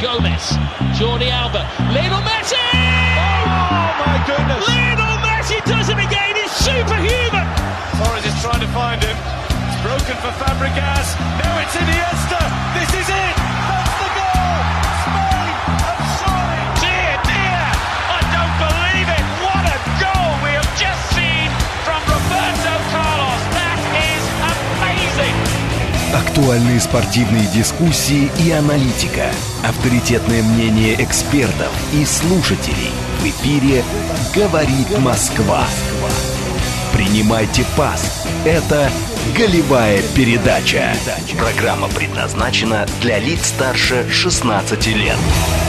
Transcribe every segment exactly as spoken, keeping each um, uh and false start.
Gomez, Jordi Alba, Lionel Messi! Oh my goodness! Lionel Messi does it again, he's superhuman! Torres is trying to find him, it's broken for Fabregas, now it's Iniesta, this is it! That's the goal! Spain have soared! Dear, dear, I don't believe it! What a goal we have just seen from Roberto Carlos! That is amazing! Актуальные спортивные дискуссии и аналитика. Авторитетное мнение экспертов и слушателей. В эфире «Говорит Москва». Принимайте пас. Это «Голевая передача». Программа предназначена для лиц старше шестнадцати лет.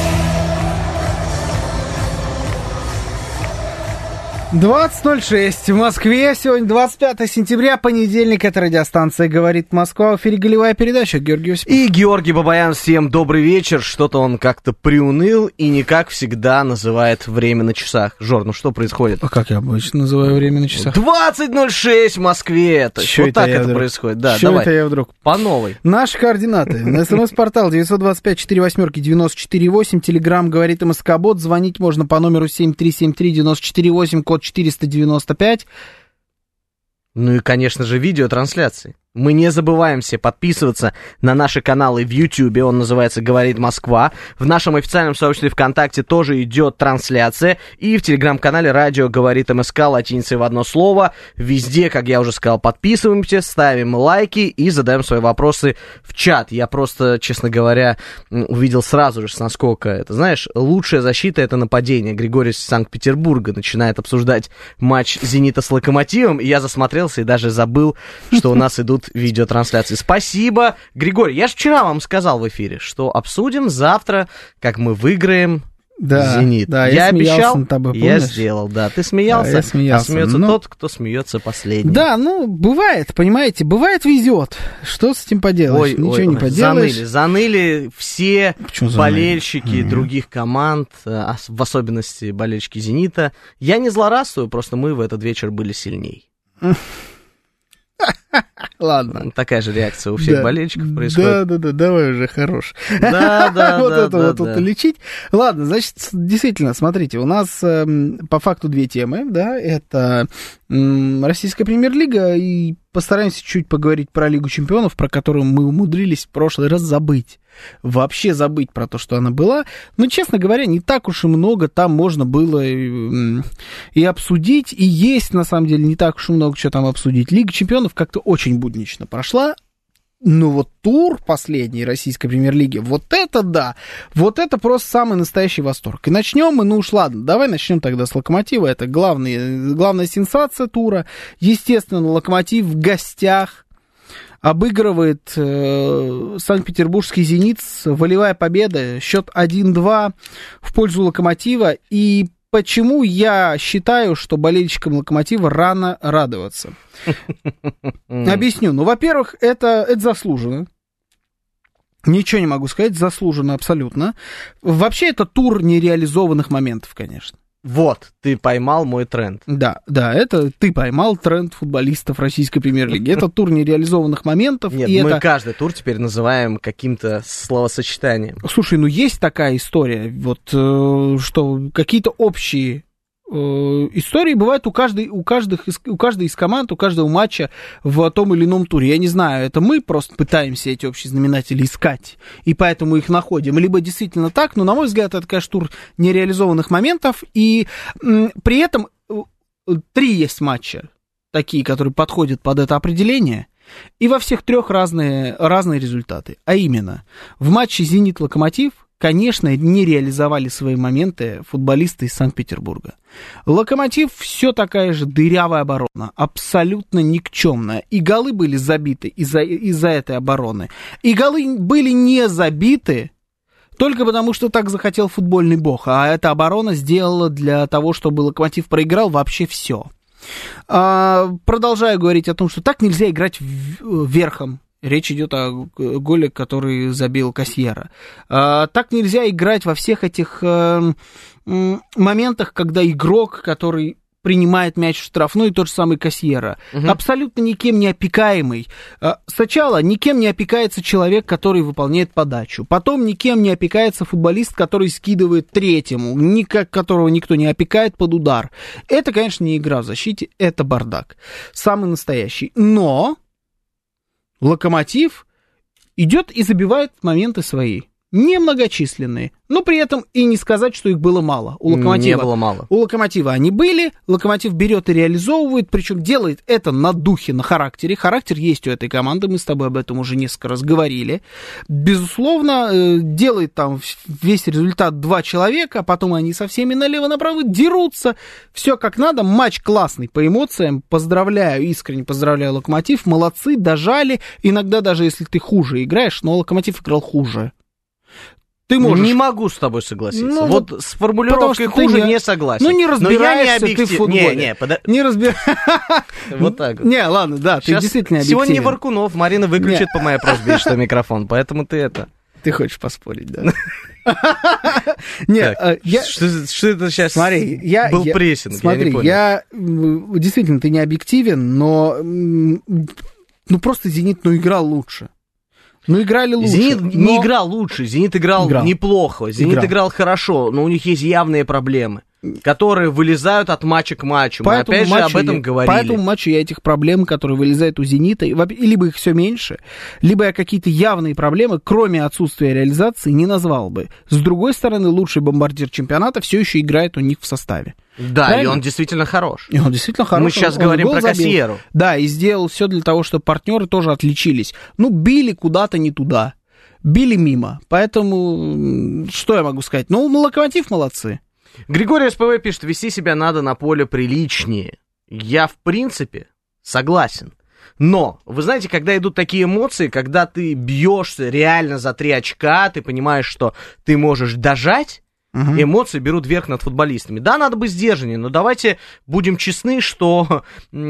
двадцать ноль шесть в Москве. Сегодня двадцать пятое сентября, понедельник. Это радиостанция «Говорит Москва». В эфире «Голевая передача». Георгий Осипов. И Георгий Бабаян. Всем добрый вечер. Что-то он как-то приуныл и не как всегда называет время на часах. Жор, ну что происходит? А как я обычно называю время на часах? двадцать ноль шесть в Москве. То есть вот так это вдруг? происходит. Да, Чё давай. это я вдруг? По новой. Наши координаты. На СМС-портал девять два пять четыре восемь девять четыре восемь. Телеграм «Говорит МСК-бот». Звонить можно по номеру семь три семь три девять четыре восемь, код четыреста девяносто пять. Ну и, конечно же, видеотрансляции. Мы не забываем все подписываться на наши каналы в Ютьюбе, он называется «Говорит Москва». В нашем официальном сообществе ВКонтакте тоже идет трансляция. И в телеграм-канале «Радио говорит МСК» латиницей в одно слово. Везде, как я уже сказал, подписываемся, ставим лайки и задаем свои вопросы в чат. Я просто, честно говоря, увидел сразу же, насколько это, знаешь, лучшая защита — это нападение. Григорий из Санкт-Петербурга начинает обсуждать матч «Зенита» с «Локомотивом», и я засмотрелся и даже забыл, что у нас идут видеотрансляции. Спасибо, Григорий. Я же вчера вам сказал в эфире, что обсудим завтра, как мы выиграем Да, «Зенит». да, я я смеялся обещал, над тобой, я помнишь? сделал, да. Ты смеялся, Да, я смеялся, а смеется но- тот, кто смеется последний. Да, ну, бывает, понимаете, бывает везет. Что с этим поделаешь? Ой, Ничего ой, не ой, поделаешь. заныли, заныли все Почему заныли? болельщики Mm-hmm. других команд, а в особенности болельщики «Зенита». Я не злорадствую, просто мы в этот вечер были сильней. Ладно. Такая же реакция у всех Да. болельщиков происходит. Да, да, да, давай уже, хорош. Да, да, Вот да, это да, вот тут да. лечить. Ладно, значит, действительно, смотрите, у нас эм, по факту две темы, да, это м, российская премьер-лига, и постараемся чуть поговорить про Лигу чемпионов, про которую мы умудрились в прошлый раз забыть. Вообще забыть про то, что она была. Но, честно говоря, не так уж и много там можно было и, и обсудить, и есть, на самом деле, не так уж и много чего там обсудить. Лига чемпионов как-то очень буднично прошла. Ну вот тур последней российской премьер-лиги, вот это да, вот это просто самый настоящий восторг. И начнем мы, ну уж ладно, давай начнем тогда с «Локомотива», это главный, главная сенсация тура. Естественно, «Локомотив» в гостях обыгрывает э, Санкт-Петербургский «Зенит», волевая победа, счет один-два в пользу «Локомотива». И почему я считаю, что болельщикам «Локомотива» рано радоваться? Объясню. Ну, во-первых, это, это заслуженно. Ничего не могу сказать, заслуженно абсолютно. Вообще, это тур нереализованных моментов, конечно. Вот, ты поймал мой тренд. Да, да, это ты поймал тренд футболистов российской премьер-лиги. Это тур нереализованных моментов. Нет, и мы это... каждый тур теперь называем каким-то словосочетанием. Слушай, ну есть такая история, вот, э, что какие-то общие э, истории бывают у каждой, у, каждых, из- у каждой из команд, у каждого матча в том или ином туре. Я не знаю, это мы просто пытаемся эти общие знаменатели искать, и поэтому их находим. Либо действительно так, но, на мой взгляд, это, конечно, тур нереализованных моментов, и м, при этом э, три есть матча такие, которые подходят под это определение. И во всех трех разные, разные результаты. А именно, в матче «Зенит-Локомотив», конечно, не реализовали свои моменты футболисты из Санкт-Петербурга. «Локомотив» все такая же дырявая оборона, абсолютно никчемная. И голы были забиты из-за, из-за этой обороны. И голы были не забиты только потому, что так захотел футбольный бог. А эта оборона сделала для того, чтобы «Локомотив» проиграл вообще все. А, продолжаю говорить о том, что так нельзя играть в- верхом. Речь идет о голе, который забил Кассьера. А, так нельзя играть во всех этих а, м, моментах, когда игрок, который принимает мяч в штрафной, тот же самый Кассьера. Угу. Абсолютно никем не опекаемый. Сначала никем не опекается человек, который выполняет подачу. Потом никем не опекается футболист, который скидывает третьему, никак, которого никто не опекает под удар. Это, конечно, не игра в защите, это бардак. Самый настоящий. Но Локомотив идет и забивает моменты свои. Немногочисленные, но при этом и не сказать, что их было мало. У Локомотива, не было мало. У Локомотива они были, Локомотив берет и реализовывает, причем делает это на духе, на характере. Характер есть у этой команды, мы с тобой об этом уже несколько раз говорили. Безусловно, делает там весь результат два человека, а потом они со всеми налево-направо дерутся. Все как надо, матч классный по эмоциям. Поздравляю, искренне поздравляю Локомотив, молодцы, дожали. Иногда даже если ты хуже играешь, но Локомотив играл хуже. Ты можешь... Не могу с тобой согласиться. Ну, вот, вот с формулировкой хуже не... не согласен. Ну, не разбираешься не ты в футболе. Не, не, под... не разбираешься. Вот так вот. Не, ладно, да, ты действительно объективен. Сегодня не Варкунов, Марина выключит по моей просьбе, что микрофон, поэтому ты это... Ты хочешь поспорить, да? Нет, я... Что это сейчас Смотри, я... был прессинг? Смотри, я... Действительно, ты не объективен, но... Ну, просто «Зенит», ну, играл лучше. Ну, играли лучше. «Зенит» но... не играл лучше, «Зенит» играл, играл. неплохо, «Зенит» играл. играл хорошо, но у них есть явные проблемы, которые вылезают от матча к матчу. Мы опять же об этом я, говорили. По этому матчу я этих проблем, которые вылезают у «Зенита», либо их все меньше, либо я какие-то явные проблемы, кроме отсутствия реализации, не назвал бы. С другой стороны, лучший бомбардир чемпионата все еще играет у них в составе. Да, правильно? И он действительно хорош. И он действительно хорош. Мы сейчас он, говорим он про забил. Кассьеру. Да, и сделал все для того, чтобы партнеры тоже отличились. Ну, били куда-то не туда. Били мимо. Поэтому, что я могу сказать? Ну, Локомотив молодцы. Григорий СПВ пишет, вести себя надо на поле приличнее. Я, в принципе, согласен. Но, вы знаете, когда идут такие эмоции, когда ты бьешься реально за три очка, ты понимаешь, что ты можешь дожать, Uh-huh. эмоции берут верх над футболистами. Да, надо быть сдержаннее, но давайте будем честны, что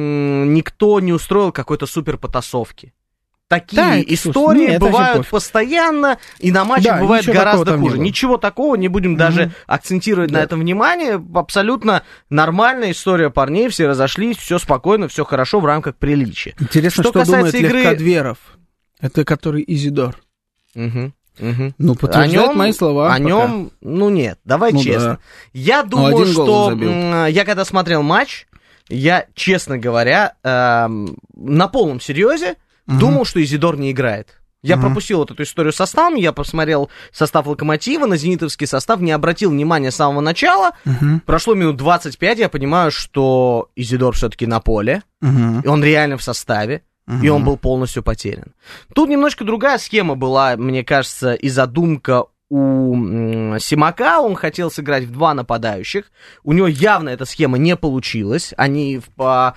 м- никто не устроил какой-то супер потасовки. Такие да, истории нет, бывают постоянно, и на матчах да, бывает гораздо хуже. Ничего такого, не будем uh-huh. даже акцентировать да. на этом внимание. Абсолютно нормальная история парней, все разошлись, все спокойно, все хорошо в рамках приличия. Интересно, что, что думает игры... Легкодверов. Это который Изидор. Угу. Угу. Ну, подтверждает мои слова. О нем, ну нет, давай ну, честно. Да. Я думаю, ну, что я когда смотрел матч, я, честно говоря, э, на полном серьезе uh-huh. думал, что Изидор не играет. Я uh-huh. пропустил вот эту историю с составом, я посмотрел состав Локомотива, на зенитовский состав, не обратил внимания с самого начала. Uh-huh. Прошло минут двадцать пять, я понимаю, что Изидор все-таки на поле, uh-huh. и он реально в составе. Uh-huh. И он был полностью потерян. Тут немножко другая схема была, мне кажется, и задумка у м- Симака. Он хотел сыграть в два нападающих. У него явно эта схема не получилась. Они в, по,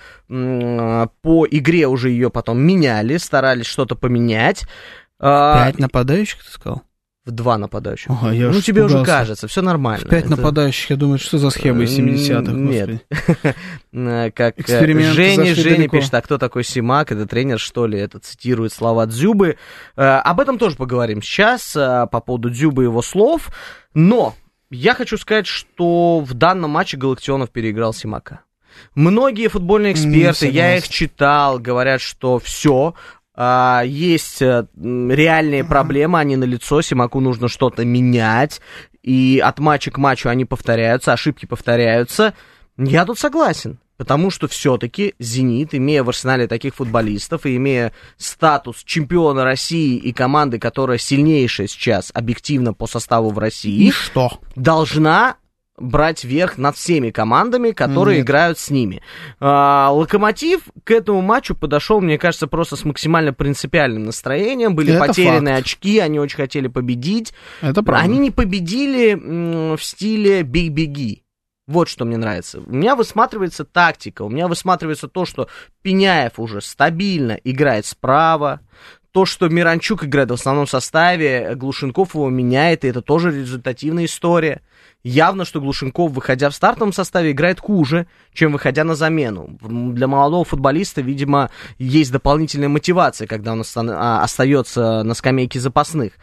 м- по игре уже ее потом меняли, старались что-то поменять. Пять нападающих, ты сказал? В два нападающих. Ого, я ну, тебе испугался. Уже кажется, все нормально. В пять это... нападающих, я думаю, что за схема из семидесятых? Нет. Как Женя, Женя пишет, а кто такой Симак? Это тренер, что ли? Это цитирует слова Дзюбы. Об этом тоже поговорим сейчас, по поводу Дзюбы и его слов. Но я хочу сказать, что в данном матче Галактионов переиграл Симака. Многие футбольные эксперты, я их читал, говорят, что все... Uh, есть uh, реальные проблемы, они налицо, Симаку нужно что-то менять, и от матча к матчу они повторяются, ошибки повторяются. Я тут согласен, потому что все-таки «Зенит», имея в арсенале таких футболистов и имея статус чемпиона России и команды, которая сильнейшая сейчас объективно по составу в России, и что? Должна... брать верх над всеми командами, которые Нет. играют с ними. А, Локомотив к этому матчу подошел, мне кажется, просто с максимально принципиальным настроением. Были Это потеряны факт. очки, они очень хотели победить. Это правда. Они не победили м, в стиле «беги-беги». Вот что мне нравится. У меня высматривается тактика, у меня высматривается то, что Пеняев уже стабильно играет справа, то, что Миранчук играет в основном составе, Глушенков его меняет, и это тоже результативная история. Явно, что Глушенков, выходя в стартовом составе, играет хуже, чем выходя на замену. Для молодого футболиста, видимо, есть дополнительная мотивация, когда он остается на скамейке запасных.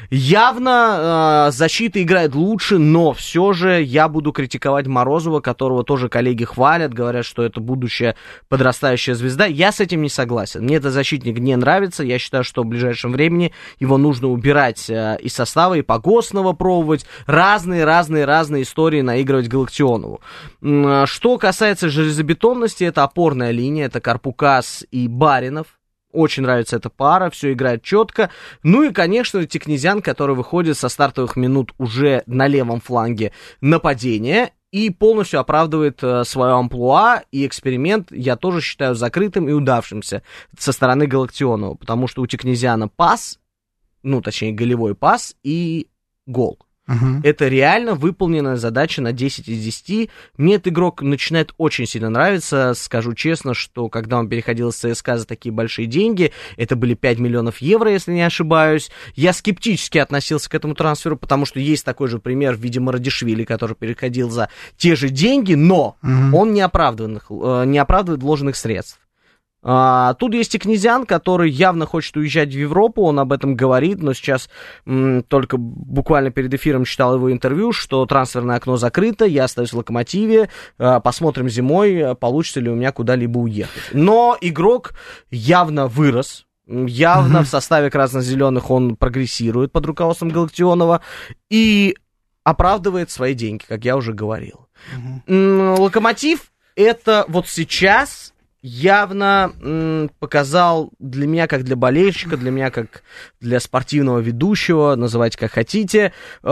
Явно э, защита играет лучше, но все же я буду критиковать Морозова, которого тоже коллеги хвалят, говорят, что это будущая подрастающая звезда. Я с этим не согласен. Мне этот защитник не нравится. Я считаю, что в ближайшем времени его нужно убирать э, из состава и Погосного пробовать. Разные-разные разные истории наигрывать Галактионову. Что касается железобетонности, это опорная линия, это Карпукас и Баринов. Очень нравится эта пара, все играет четко. Ну и, конечно, Тикнезян, который выходит со стартовых минут уже на левом фланге нападения и полностью оправдывает э, свое амплуа, и эксперимент я тоже считаю закрытым и удавшимся со стороны Галактионова, потому что у Тикнезяна пас, ну, точнее, голевой пас и гол. Uh-huh. Это реально выполненная задача на десять из десяти. Мне этот игрок начинает очень сильно нравиться. Скажу честно, что когда он переходил из ЦСКА за такие большие деньги, это были пять миллионов евро, если не ошибаюсь, я скептически относился к этому трансферу, потому что есть такой же пример в виде Марадишвили, который переходил за те же деньги, но uh-huh. он не оправдывает, не оправдывает вложенных средств. А, тут есть и Князян, который явно хочет уезжать в Европу, он об этом говорит, но сейчас м, только буквально перед эфиром читал его интервью, что трансферное окно закрыто, я остаюсь в Локомотиве, а, посмотрим зимой, получится ли у меня куда-либо уехать. Но игрок явно вырос, явно mm-hmm. в составе красно-зеленых он прогрессирует под руководством Галактионова и оправдывает свои деньги, как я уже говорил. Mm-hmm. Локомотив это вот сейчас... явно м, показал для меня, как для болельщика, для меня, как для спортивного ведущего, называйте как хотите,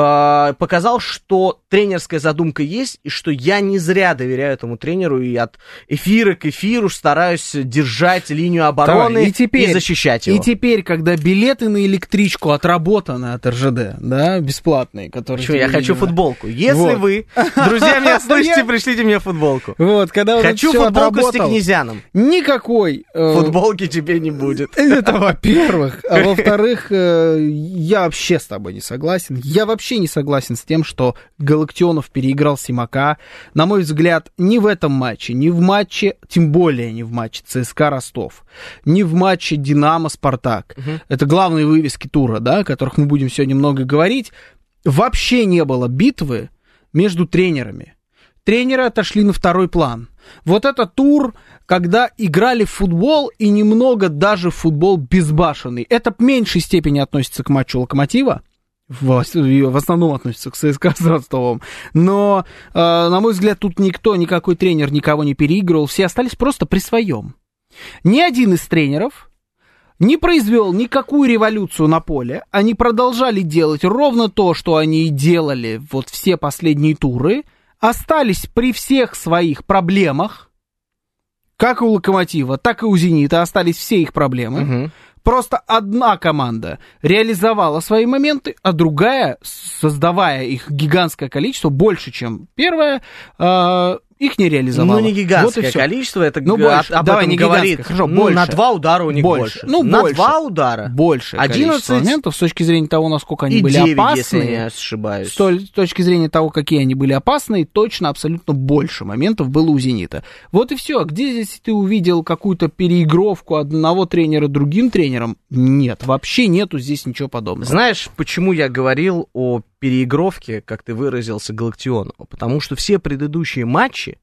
э, показал, что тренерская задумка есть, и что я не зря доверяю этому тренеру, и от эфира к эфиру стараюсь держать линию обороны. Давай, и, теперь, и защищать его. И теперь, когда билеты на электричку отработаны от эр жэ дэ, да, бесплатные, которые... Что, я хочу футболку. Если вот. Вы, друзья, меня слышите, пришлите мне футболку. Вот, когда хочу футболку с Тикнезяном. Никакой... Э, Футболки тебе не будет. Это во-первых. А во-вторых, э, я вообще с тобой не согласен. Я вообще не согласен с тем, что Галактионов переиграл Симака. На мой взгляд, ни в этом матче, ни в матче, тем более не в матче ЦСКА Ростов, ни в матче Динамо Спартак. Угу. Это главные вывески тура, да, о которых мы будем сегодня много говорить. Вообще не было битвы между тренерами. Тренеры отошли на второй план. Вот это тур, когда играли в футбол и немного даже в футбол безбашенный. Это в меньшей степени относится к матчу Локомотива. В, в основном относится к ЦСКА с Ростовом. Но, э, на мой взгляд, тут никто, никакой тренер никого не переигрывал. Все остались просто при своем. Ни один из тренеров не произвел никакую революцию на поле. Они продолжали делать ровно то, что они и делали вот все последние туры. Остались при всех своих проблемах, как и у Локомотива, так и у Зенита, остались все их проблемы. Угу. Просто одна команда реализовала свои моменты, а другая, создавая их гигантское количество, больше, чем первая, э, их не реализовала. Ну, не гигантское вот количество, это ну, больше. об Давай, этом не говорит. Хорошо, ну, больше. На два удара у них больше. больше. Ну, на больше. два удара. Больше одиннадцать моментов с точки зрения того, насколько они и были девять, опасны. Если не ошибаюсь. С точки зрения того, какие они были опасны, точно абсолютно больше моментов было у «Зенита». Вот и все. Где здесь ты увидел какую-то переигровку одного тренера другим тренером? Нет, вообще нету здесь ничего подобного. Знаешь, почему я говорил о переигровке, как ты выразился, Галактионова? Потому что все предыдущие матчи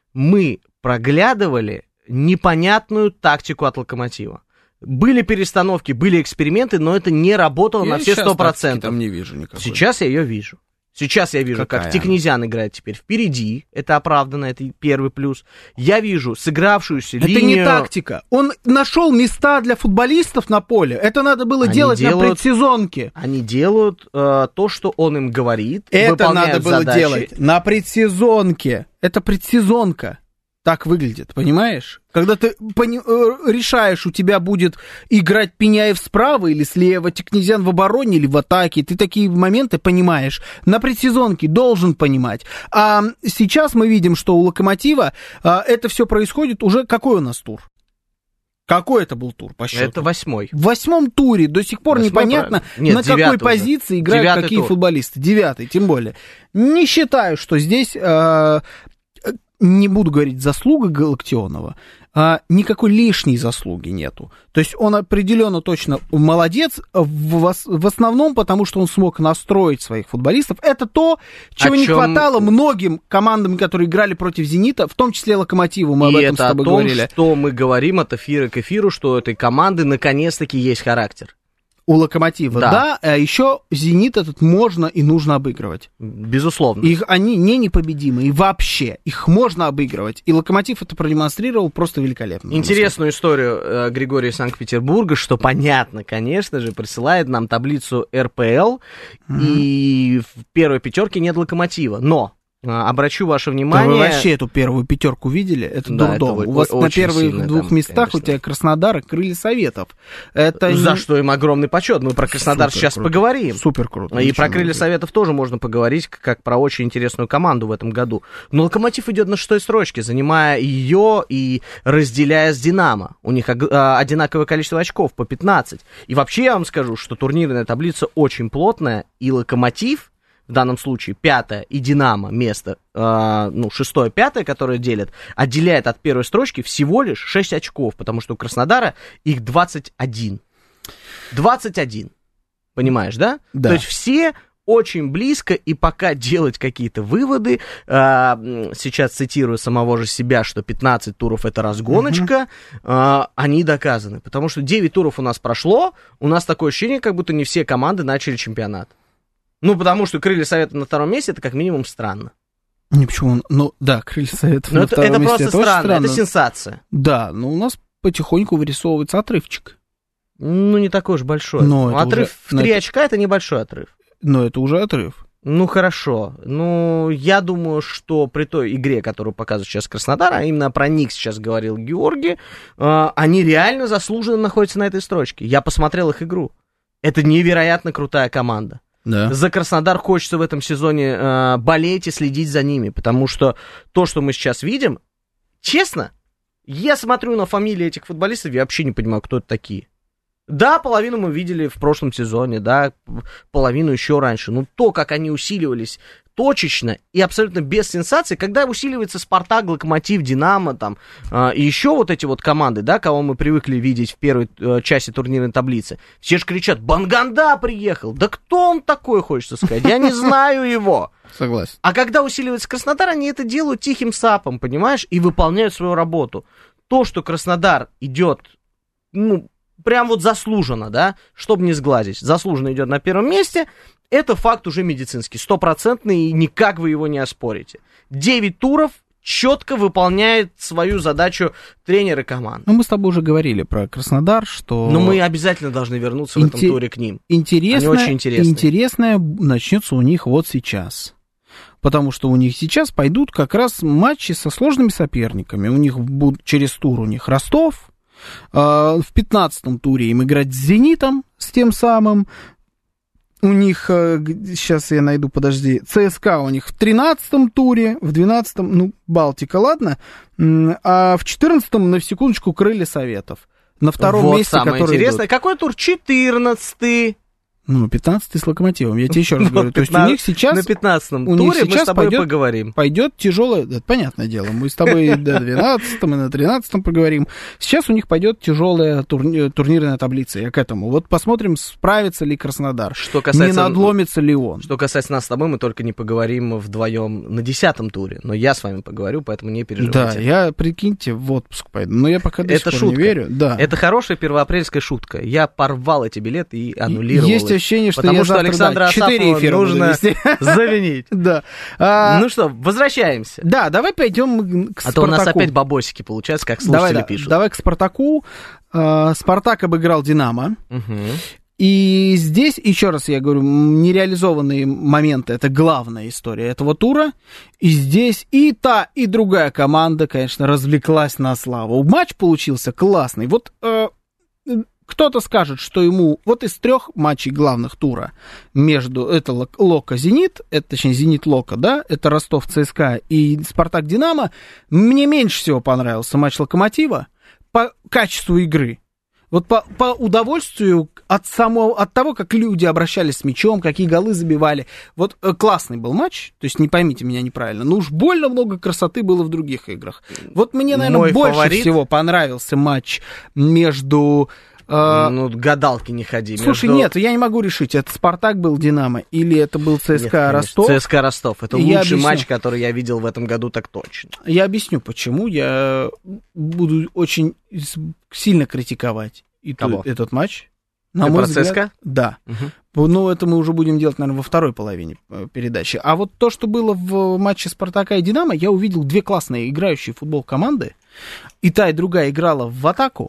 мы проглядывали непонятную тактику от Локомотива. Были перестановки, были эксперименты, но это не работало я на все сто процентов. Там не вижу никакой. Сейчас я ее вижу. Сейчас я вижу, Какая? как Тикнезян играет теперь впереди. Это оправданно, это первый плюс. Я вижу сыгравшуюся это линию... Это не тактика. Он нашел места для футболистов на поле. Это надо было они делать делают, на предсезонке. Они делают э, то, что он им говорит. Это надо было задачи. делать на предсезонке. Это предсезонка. Так выглядит, понимаешь? Когда ты пони- решаешь, у тебя будет играть Пеняев справа или слева, Тикнезян в обороне или в атаке, ты такие моменты понимаешь. На предсезонке должен понимать. А сейчас мы видим, что у Локомотива а, это все происходит уже... Какой у нас тур? Какой это был тур по счету? Это восьмой. В восьмом туре до сих пор восьмой, непонятно, Нет, на какой позиции уже. играют Девятый какие тур. футболисты. Девятый, тем более. Не считаю, что здесь, э, не буду говорить заслуга Галактионова, э, никакой лишней заслуги нету. То есть он определенно точно молодец, в, в основном потому, что он смог настроить своих футболистов. Это то, чего О не чем... хватало многим командам, которые играли против «Зенита», в том числе «Локомотиву», мы И об этом с тобой том, говорили. Что мы говорим от эфира к эфиру, что у этой команды наконец-таки есть характер. У «Локомотива», да. да, а еще «Зенит» этот можно и нужно обыгрывать. Безусловно. Их, они не непобедимы, и вообще, их можно обыгрывать. И «Локомотив» это продемонстрировал просто великолепно. Интересную историю э, Григория из Санкт-Петербурга, что, понятно, конечно же, присылает нам таблицу эр пэ эл, mm-hmm. и в первой пятерке нет «Локомотива», но... Обращу ваше внимание... Да вы вообще эту первую пятерку видели? Это да, дурдом. Это у вас на первых двух там, местах конечно. У тебя Краснодар и Крылья Советов. Это За не... что им огромный почет. Мы про Краснодар Супер сейчас круто. поговорим. Супер круто. И про Крылья Советов тоже можно поговорить, как про очень интересную команду в этом году. Но «Локомотив» идет на шестой строчке, занимая ее и разделяя с «Динамо». У них одинаковое количество очков, по пятнадцать. И вообще я вам скажу, что турнирная таблица очень плотная, и «Локомотив», в данном случае пятое, и «Динамо» место, э, ну, шестое, пятое, которое делят, отделяет от первой строчки всего лишь шесть очков, потому что у Краснодара их двадцать один. двадцать один. Понимаешь, да? Да. То есть все очень близко, и пока делать какие-то выводы, э, сейчас цитирую самого же себя, что пятнадцать туров это разгоночка, uh-huh. э, они доказаны. Потому что девять туров у нас прошло, у нас такое ощущение, как будто не все команды начали чемпионат. Ну, потому что «Крылья Совета» на втором месте, это как минимум странно. Не, почему? Ну, да, «Крылья Совета» на это, втором это месте. Просто это странно, странно, это сенсация. Да, но у нас потихоньку вырисовывается отрывчик. Ну, не такой уж большой. Но отрыв уже, в три это... очка — это небольшой отрыв. Но это уже отрыв. Ну, хорошо. Ну, я думаю, что при той игре, которую показывает сейчас Краснодар, а именно про них сейчас говорил Георгий, э, они реально заслуженно находятся на этой строчке. Я посмотрел их игру. Это невероятно крутая команда. Да. За Краснодар хочется в этом сезоне э, болеть и следить за ними, потому что то, что мы сейчас видим, честно, я смотрю на фамилии этих футболистов, я вообще не понимаю, кто это такие. Да, половину мы видели в прошлом сезоне, да, половину еще раньше, но то, как они усиливались точечно и абсолютно без сенсаций, когда усиливается «Спартак», «Локомотив», «Динамо», там, э, и еще вот эти вот команды, да, кого мы привыкли видеть в первой э, части турнирной таблицы, все же кричат: «Банганда приехал!» Да кто он такой, хочется сказать? Я не знаю его. Согласен. А когда усиливается Краснодар, они это делают тихим сапом, понимаешь, и выполняют свою работу. То, что Краснодар идет, ну, прям вот заслуженно, да, чтобы не сглазить, заслуженно идет на первом месте, это факт уже медицинский, стопроцентный, и никак вы его не оспорите. Девять туров четко выполняет свою задачу тренер и команда. Ну, мы с тобой уже говорили про Краснодар, что... Но мы обязательно должны вернуться в Инте... этом туре к ним. Интересное, Они очень интересные. Интересное начнется у них вот сейчас. Потому что у них сейчас пойдут как раз матчи со сложными соперниками. У них будут через тур у них Ростов. В пятнадцатом туре им играть с «Зенитом», с тем самым. У них, сейчас я найду, подожди, ЦСКА у них в тринадцатом туре, в двенадцатом, ну, Балтика, ладно, а в четырнадцатом, на секундочку, Крылья Советов. На втором вот месте, самое который интересное, идут. Какой тур? четырнадцатый. Ну, пятнадцатый с «Локомотивом», я тебе еще раз говорю. То есть у них сейчас... На пятнадцатом у туре них мы с тобой пойдет, поговорим. Пойдет тяжелое... Это понятное дело, мы с тобой до двенадцатом и на тринадцатом поговорим. Сейчас у них пойдет тяжелая турни... турнирная таблица, я к этому. Вот посмотрим, справится ли Краснодар, что касается... не надломится ли он. Что касается нас с тобой, мы только не поговорим вдвоем на десятом туре, но я с вами поговорю, поэтому не переживайте. Да, я, прикиньте, в отпуск пойду, но я пока до Это сих пор шутка. не верю. Да. Это хорошая первоапрельская шутка. Я порвал эти билеты и аннулировал Есть их, ощущение, что потому я что Александра Асафова нужно заменить. Да. Ну что, возвращаемся. Да, давай пойдем к А Спартаку. то у нас опять бабосики получаются, как слушатели давай, пишут. Давай к Спартаку. Спартак обыграл «Динамо». Угу. И здесь, еще раз я говорю, нереализованные моменты, это главная история этого тура. И здесь и та, и другая команда, конечно, развлеклась на славу. Матч получился классный. Вот э, кто-то скажет, что ему вот из трех матчей главных тура между, это Локо-Зенит, это, точнее, Зенит-Локо, да, это Ростов-ЦСКА и Спартак-Динамо, мне меньше всего понравился матч Локомотива. по качеству игры. Вот по, по удовольствию от, самого, от того, как люди обращались с мячом, какие голы забивали. Вот э, классный был матч, то есть не поймите меня неправильно, но уж больно много красоты было в других играх. Вот мне, наверное, Мой больше фаворит... всего понравился матч между... Э... Ну, гадалки не ходи. Слушай, между... нет, я не могу решить, это Спартак был Динамо или это был ЦСКА Ростов. ЦСКА Ростов, это Я лучший объясню. матч, который я видел в этом году, так точно. Я объясню, почему я буду очень сильно критиковать и Кого? этот матч. На Ты мой про взгляд, ЦСКА? Да. Угу. Но это мы уже будем делать, наверное, во второй половине передачи. А вот то, что было в матче Спартака и Динамо, я увидел две классные играющие в футбол команды. И та, и другая играла в атаку.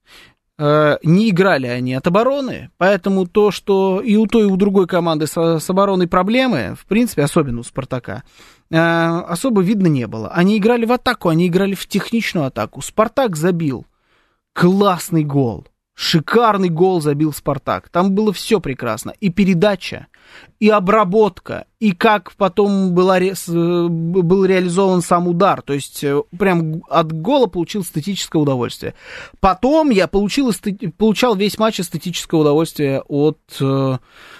Не играли они от обороны, поэтому то, что и у той, и у другой команды с, с обороной проблемы, в принципе, особенно у Спартака, особо видно не было. Они играли в атаку, они играли в техничную атаку. Спартак забил классный гол. Шикарный гол забил Спартак. Там было все прекрасно. И передача, и обработка, и как потом была, был реализован сам удар. То есть прям от гола получил эстетическое удовольствие. Потом я получил, получал весь матч эстетическое удовольствие от... Я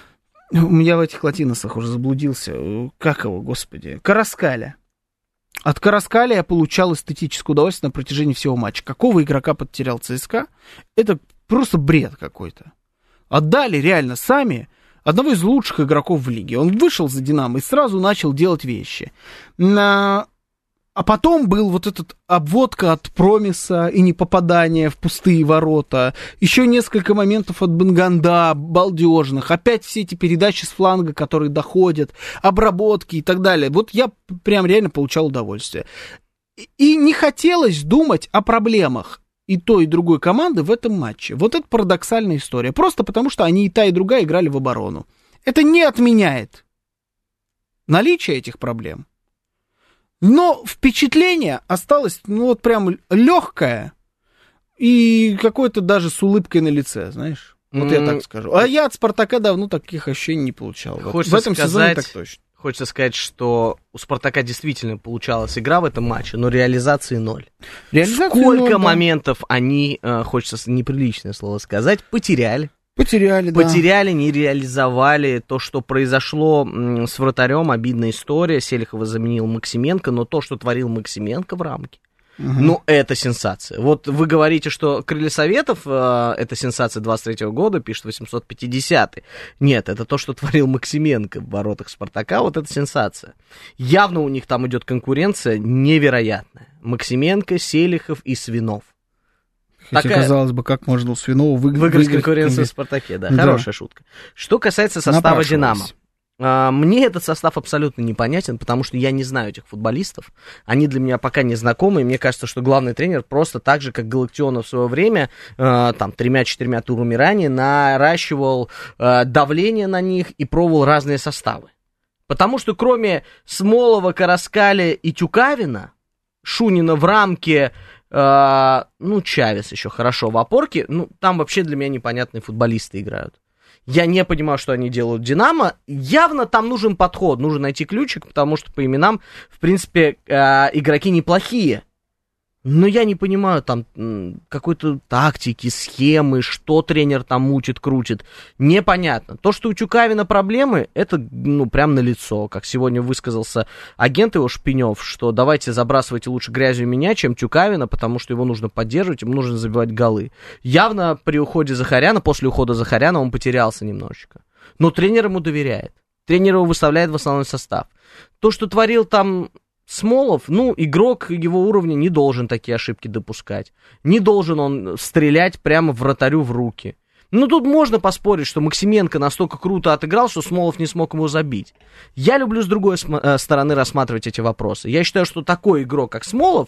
в этих латиносах уже заблудился. Как его, господи? Караскаля. От Караскаля я получал эстетическое удовольствие на протяжении всего матча. Какого игрока подтерял ЦСКА? Это просто бред какой-то. Отдали реально сами одного из лучших игроков в лиге. Он вышел за Динамо и сразу начал делать вещи. На... А потом был вот этот обводка от Промиса и непопадание в пустые ворота. Еще несколько моментов от Бенганда, балдежных. Опять все эти передачи с фланга, которые доходят, обработки и так далее. Вот я прям реально получал удовольствие. И не хотелось думать о проблемах и той, и другой команды в этом матче. Вот это парадоксальная история. Просто потому, что они и та, и другая играли в оборону. Это не отменяет наличие этих проблем. Но впечатление осталось, ну, вот прям легкое и какое-то даже с улыбкой на лице, знаешь. Вот mm. я так скажу. А я от Спартака давно таких ощущений не получал. Вот в этом сказать, сезоне так точно. Хочется сказать, что у Спартака действительно получалась игра в этом матче, но реализации ноль. Реализации Сколько ноль, да. моментов они, хочется неприличное слово сказать, потеряли. Потеряли, да. Потеряли, не реализовали то, что произошло с вратарем. Обидная история. Селихова заменил Максименко, но то, что творил Максименко в рамке, угу. ну, это сенсация. Вот вы говорите, что Крылья Советов, э, это сенсация двадцать третьего года, пишет восемьсот пятидесятый. Нет, это то, что творил Максименко в воротах Спартака, вот это сенсация. Явно у них там идет конкуренция невероятная. Максименко, Селихов и Свинов. Хотя, такая... казалось бы, как можно у Свинова выиграть, выиграть конкуренцию в Спартаке, да, да, хорошая шутка. Что касается состава Динамо, а, мне этот состав абсолютно непонятен, потому что я не знаю этих футболистов, они для меня пока не знакомы, и мне кажется, что главный тренер просто так же, как Галактионов в свое время, а, там, тремя-четырьмя турами ранее, наращивал а, давление на них и пробовал разные составы. Потому что кроме Смолова, Караскаля и Тюкавина, Шунина в рамке... Uh, ну, Чавес еще хорошо в опорке. Ну, там вообще для меня непонятные футболисты играют. Я не понимаю, что они делают в Динамо. Явно там нужен подход, нужно найти ключик, потому что по именам, в принципе, uh, игроки неплохие. Но я не понимаю там какой-то тактики, схемы, что тренер там мутит, крутит. Непонятно. То, что у Тюкавина проблемы, это, ну, прям налицо. Как сегодня высказался агент его Шпинев, что давайте забрасывайте лучше грязью меня, чем Тюкавина, потому что его нужно поддерживать, ему нужно забивать голы. Явно при уходе Захаряна, после ухода Захаряна он потерялся немножечко. Но тренер ему доверяет. Тренер его выставляет в основной состав. То, что творил там... Смолов, ну, игрок его уровня не должен такие ошибки допускать. Не должен он стрелять прямо вратарю в руки. Ну, тут можно поспорить, что Максименко настолько круто отыграл, что Смолов не смог его забить. Я люблю с другой см- стороны рассматривать эти вопросы. Я считаю, что такой игрок, как Смолов,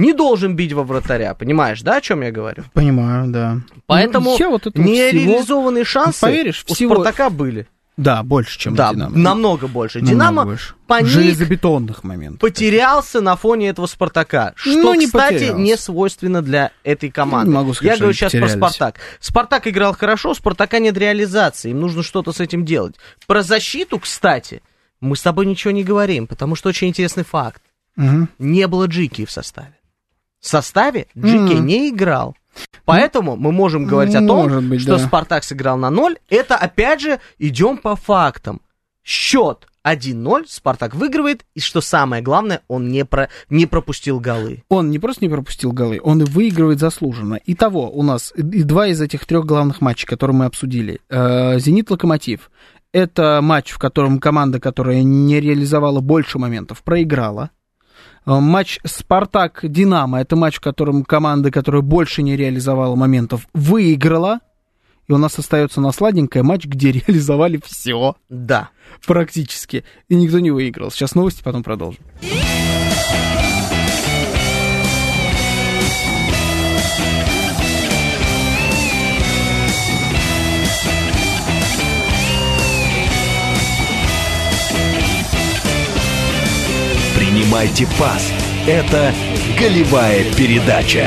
не должен бить во вратаря. Понимаешь, да, о чем я говорю? Понимаю, да. Поэтому ну, вот нереализованные всего... шансы Поверишь, у всего... Спартака были. Да, больше, чем да, Динамо. намного больше. Намного Динамо больше. паник железобетонных моментов. Потерялся на фоне этого Спартака. Что, ну, не кстати, потерялся. не свойственно для этой команды. Не могу сказать, Я говорю что сейчас про Спартак. Спартак играл хорошо, Спартака нет реализации. Им нужно что-то с этим делать. Про защиту, кстати, мы с тобой ничего не говорим, потому что очень интересный факт. Угу. Не было Джики в составе. В составе Джики угу. не играл. Поэтому мы можем говорить о том, Может быть, что да. Спартак сыграл на ноль. Это, опять же, идем по фактам. Счет один ноль, Спартак выигрывает, и что самое главное, он не, про, не пропустил голы. Он не просто не пропустил голы, он и выигрывает заслуженно. Итого у нас и два из этих трех главных матчей, которые мы обсудили. «Зенит-Локомотив» — это матч, в котором команда, которая не реализовала больше моментов, проиграла. Матч «Спартак-Динамо» — это матч, в котором команда, которая больше не реализовала моментов, выиграла. И у нас остается на сладенькое матч, где реализовали все. Да. Практически. И никто не выиграл. Сейчас новости, потом продолжим. Принимайте пас. Это голевая передача.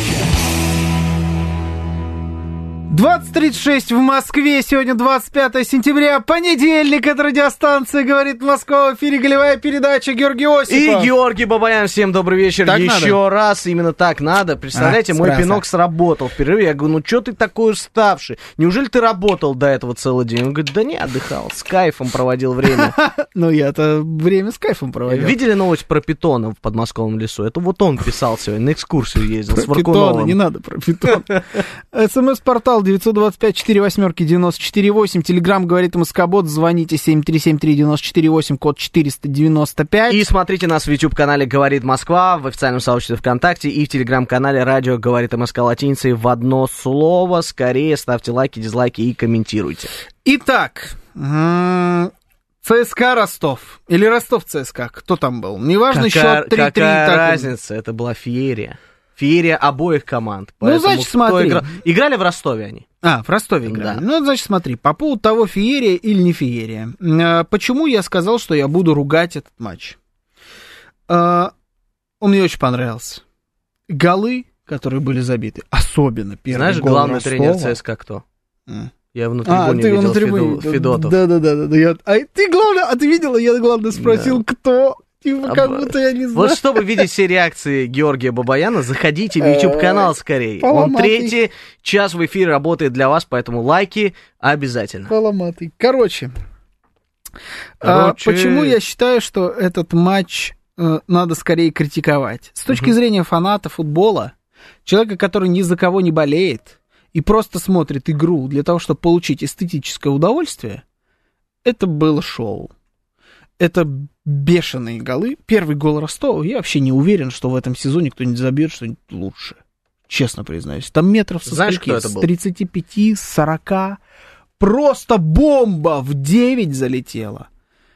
двадцать тридцать шесть в Москве, сегодня двадцать пятое сентября, понедельник, это радиостанция «Говорит Москва», в эфире голевая передача, Георгий Осипов. И Георгий Бабаян, всем добрый вечер, Так еще надо? раз, именно так надо. Представляете, А, мой справился. пинок сработал в перерыве, я говорю, ну что ты такой уставший, неужели ты работал до этого целый день? Он говорит, да не, отдыхал, с кайфом проводил время. Ну, я-то время с кайфом проводил. Видели новость про питона в подмосковном лесу? Это вот он писал сегодня, на экскурсию ездил с Про питона, Варкуновым. не надо про питон. СМС-портал девятьсот двадцать пять четыре восьмерки девяносто четыре восемь. Телеграм «Говорит МСК-бот». Звоните семь три семь три девяносто четыре восемь, код четыреста девяносто пять. И смотрите нас в YouTube-канале «Говорит Москва», в официальном сообществе ВКонтакте и в Телеграм-канале «Радио Говорит МСК» латиницей в одно слово. Скорее ставьте лайки, дизлайки и комментируйте. Итак, м, ЦСКА Ростов. Или Ростов ЦСКА. Кто там был? Неважно, Какая, счет три три. какая так он. разница? Это была феерия. Феерия обоих команд. Ну, Поэтому значит, кто смотри. играл- Играли в Ростове они. А, в Ростове играли. Да. Ну, значит, смотри, по поводу того, феерия или не феерия. Э, Почему я сказал, что я буду ругать этот матч? Э, Он мне очень понравился. Голы, которые были забиты, особенно первый Знаешь, гол главный Ростова. тренер ЦСКА кто? М. Я на А, трибуне ты его видел на трибуне. Федо- Федотов. Да, да, да, да, да. Я... А ты главное, а ты видела? Я главное спросил, кто. Типа, А, как будто я не знаю. Вот чтобы видеть все реакции Георгия Бабаяна, заходите в YouTube-канал скорее. Он поломатый. третий час в эфире работает для вас, поэтому лайки обязательно. Поломатый. Короче, а, Короче. почему я считаю, что этот матч э, надо скорее критиковать? С точки зрения фаната футбола, человека, который ни за кого не болеет и просто смотрит игру для того, чтобы получить эстетическое удовольствие, это было шоу. Это бешеные голы. Первый гол Ростова, я вообще не уверен, что в этом сезоне кто-нибудь забьет что-нибудь лучше. Честно признаюсь. Там метров со Знаешь, скольки? кто это был? С тридцати пяти, сорока. Просто бомба в девять залетела.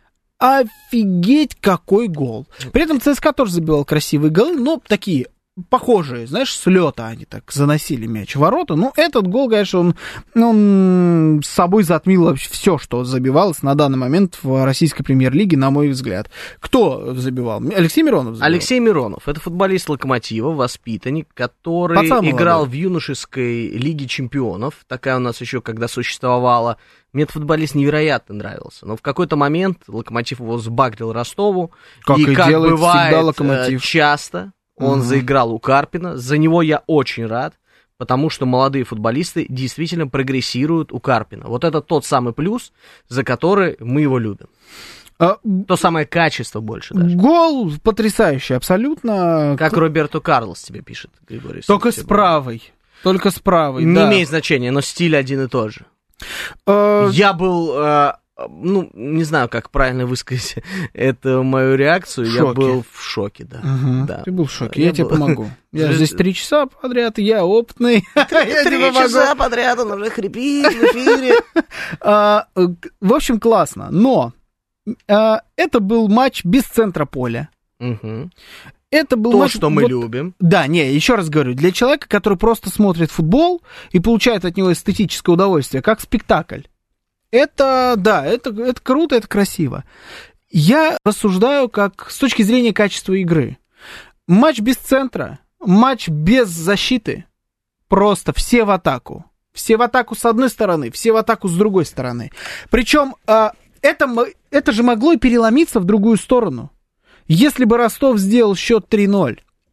Офигеть, какой гол. При этом ЦСКА тоже забивал красивые голы, но такие похожие, знаешь, с лета они так заносили мяч в ворота. Ну, этот гол, конечно, он, он с собой затмил вообще все, что забивалось на данный момент в российской премьер-лиге, на мой взгляд. Кто забивал? Алексей Миронов забивал. Алексей Миронов, это футболист «Локомотива», воспитанник, который Пацан играл молодой. в юношеской лиге чемпионов, такая у нас еще когда существовала. Мне этот футболист невероятно нравился, но в какой-то момент «Локомотив» его сбагрил Ростову, Как и как делает бывает всегда э, «Локомотив». часто, он Мгм. заиграл у Карпина, за него я очень рад, потому что молодые футболисты действительно прогрессируют у Карпина. Вот это тот самый плюс, за который мы его любим. А, То самое качество больше даже. гол потрясающий, абсолютно. Как Роберто Карлос тебе пишет, Григорий. Только с Санкт-Петербург. правой. Только с правой, Не да. имеет значения, но стиль один и тот же. Э, Я был, э, ну, не знаю, как правильно высказать эту мою реакцию. В Я шоке. был в шоке, да. Ага, Да. ты был в шоке, Я я, тебе был. помогу. Я Три- здесь три часа подряд, я опытный. Я тебе Три помогу. часа подряд он уже хрипит в эфире. А, э, В общем, классно, но а, это был матч без центра поля. Мгм. Это был То, матч... что мы вот- любим. Да, не, еще раз говорю, для человека, который просто смотрит футбол и получает от него эстетическое удовольствие, как спектакль. Это, да, это, это круто, это красиво. Я рассуждаю как с точки зрения качества игры. Матч без центра, матч без защиты, просто все в атаку. Все в атаку с одной стороны, все в атаку с другой стороны. Причем а, это, мо- это же могло и переломиться в другую сторону. Если бы Ростов сделал счет три ноль,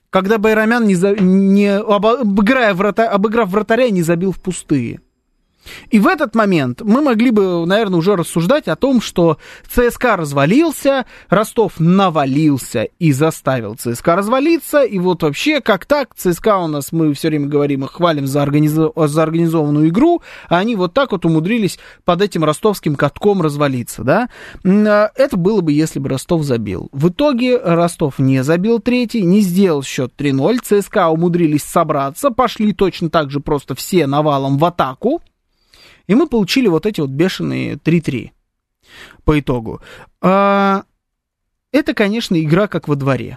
когда Байрамян, не за, не, обыграя врата, обыграв вратаря, не забил в пустые. И в этот момент мы могли бы, наверное, уже рассуждать о том, что ЦСКА развалился, Ростов навалился и заставил ЦСКА развалиться, и вот вообще, как так, ЦСКА у нас, мы все время говорим, их хвалим за, организо- за организованную игру, а они вот так вот умудрились под этим ростовским катком развалиться, да? Это было бы, если бы Ростов забил. В итоге Ростов не забил третий, не сделал счет три ноль, ЦСКА умудрились собраться, пошли точно так же просто все навалом в атаку, и мы получили вот эти вот бешеные три три по итогу. Это, конечно, игра как во дворе.